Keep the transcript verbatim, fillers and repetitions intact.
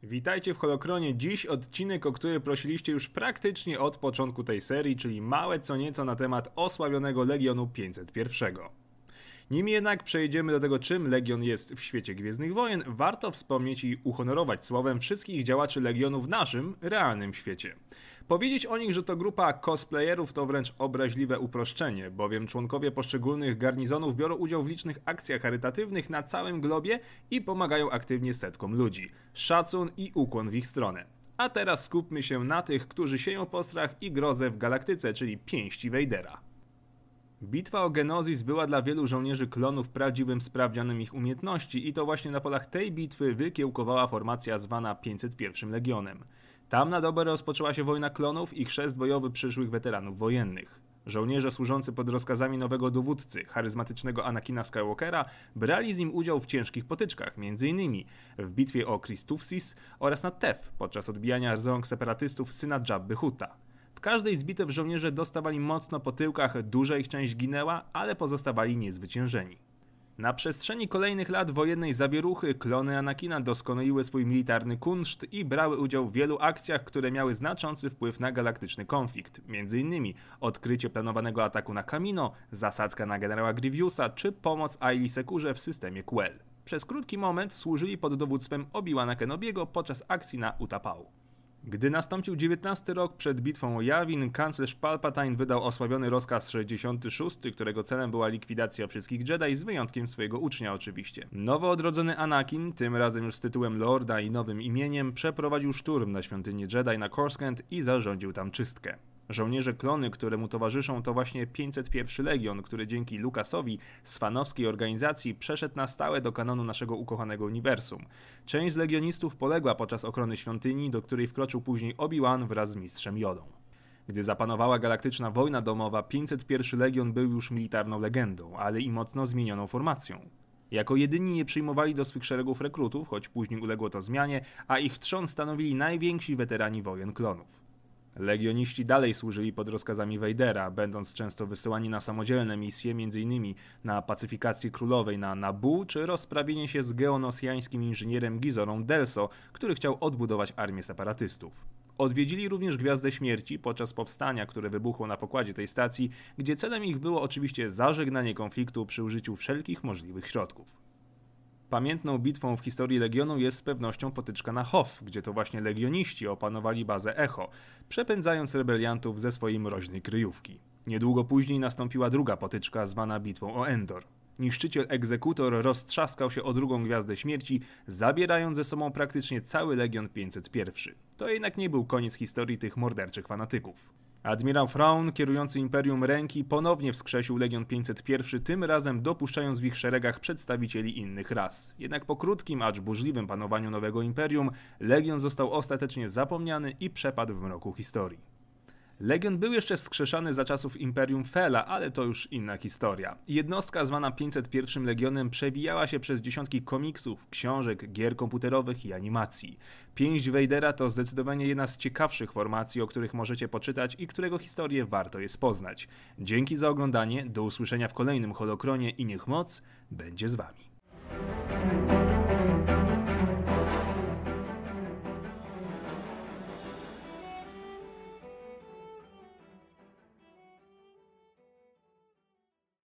Witajcie w Holokronie. Dziś odcinek, o który prosiliście już praktycznie od początku tej serii, czyli małe co nieco na temat osławionego Legionu pięćset jeden. Nim jednak przejdziemy do tego, czym Legion jest w świecie Gwiezdnych Wojen, warto wspomnieć i uhonorować słowem wszystkich działaczy Legionu w naszym, realnym świecie. Powiedzieć o nich, że to grupa cosplayerów, to wręcz obraźliwe uproszczenie, bowiem członkowie poszczególnych garnizonów biorą udział w licznych akcjach charytatywnych na całym globie i pomagają aktywnie setkom ludzi. Szacun i ukłon w ich stronę. A teraz skupmy się na tych, którzy sieją postrach i grozę w galaktyce, czyli pięści Vadera. Bitwa o Geonosis była dla wielu żołnierzy klonów prawdziwym sprawdzianem ich umiejętności i to właśnie na polach tej bitwy wykiełkowała formacja zwana pięćset jeden Legionem. Tam na dobre rozpoczęła się wojna klonów i chrzest bojowy przyszłych weteranów wojennych. Żołnierze służący pod rozkazami nowego dowódcy, charyzmatycznego Anakina Skywalkera, brali z nim udział w ciężkich potyczkach, między innymi w bitwie o Christufsis oraz na Tef podczas odbijania z rąk separatystów syna Jabby Hutta. W każdej z bitew żołnierze dostawali mocno po tyłkach, duża ich część ginęła, ale pozostawali niezwyciężeni. Na przestrzeni kolejnych lat wojennej zawieruchy klony Anakina doskonaliły swój militarny kunszt i brały udział w wielu akcjach, które miały znaczący wpływ na galaktyczny konflikt. Między innymi odkrycie planowanego ataku na Kamino, zasadzka na generała Grievousa czy pomoc Aayli Securze w systemie Quell. Przez krótki moment służyli pod dowództwem Obi-Wana Kenobiego podczas akcji na Utapau. Gdy nastąpił dziewiętnasty rok przed bitwą o Yavin, kanclerz Palpatine wydał osławiony rozkaz sześćdziesiąty szósty, którego celem była likwidacja wszystkich Jedi, z wyjątkiem swojego ucznia oczywiście. Nowo odrodzony Anakin, tym razem już z tytułem Lorda i nowym imieniem, przeprowadził szturm na świątynię Jedi na Coruscant i zarządził tam czystkę. Żołnierze klony, które mu towarzyszą, to właśnie pięćset jeden Legion, który dzięki Lucasowi z fanowskiej organizacji przeszedł na stałe do kanonu naszego ukochanego uniwersum. Część z legionistów poległa podczas ochrony świątyni, do której wkroczył później Obi-Wan wraz z mistrzem Jodą. Gdy zapanowała galaktyczna wojna domowa, pięćset jeden Legion był już militarną legendą, ale i mocno zmienioną formacją. Jako jedyni nie przyjmowali do swych szeregów rekrutów, choć później uległo to zmianie, a ich trzon stanowili najwięksi weterani wojen klonów. Legioniści dalej służyli pod rozkazami Vadera, będąc często wysyłani na samodzielne misje, między innymi na pacyfikację królowej na Naboo, czy rozprawienie się z geonosjańskim inżynierem Gizorą Delso, który chciał odbudować armię separatystów. Odwiedzili również Gwiazdę Śmierci podczas powstania, które wybuchło na pokładzie tej stacji, gdzie celem ich było oczywiście zażegnanie konfliktu przy użyciu wszelkich możliwych środków. Pamiętną bitwą w historii Legionu jest z pewnością potyczka na Hoth, gdzie to właśnie legioniści opanowali bazę Echo, przepędzając rebeliantów ze swojej mroźnej kryjówki. Niedługo później nastąpiła druga potyczka zwana bitwą o Endor. Niszczyciel Egzekutor roztrzaskał się o drugą Gwiazdę Śmierci, zabierając ze sobą praktycznie cały Legion pięćset jeden. To jednak nie był koniec historii tych morderczych fanatyków. Admirał Thrawn, kierujący Imperium Ręki, ponownie wskrzesił Legion pięćset jeden, tym razem dopuszczając w ich szeregach przedstawicieli innych ras. Jednak po krótkim, acz burzliwym panowaniu nowego Imperium, Legion został ostatecznie zapomniany i przepadł w mroku historii. Legion był jeszcze wskrzeszany za czasów Imperium Fela, ale to już inna historia. Jednostka zwana pięćset jeden Legionem przewijała się przez dziesiątki komiksów, książek, gier komputerowych i animacji. Pięść Vadera to zdecydowanie jedna z ciekawszych formacji, o których możecie poczytać i którego historię warto jest poznać. Dzięki za oglądanie, do usłyszenia w kolejnym Holokronie i niech moc będzie z wami.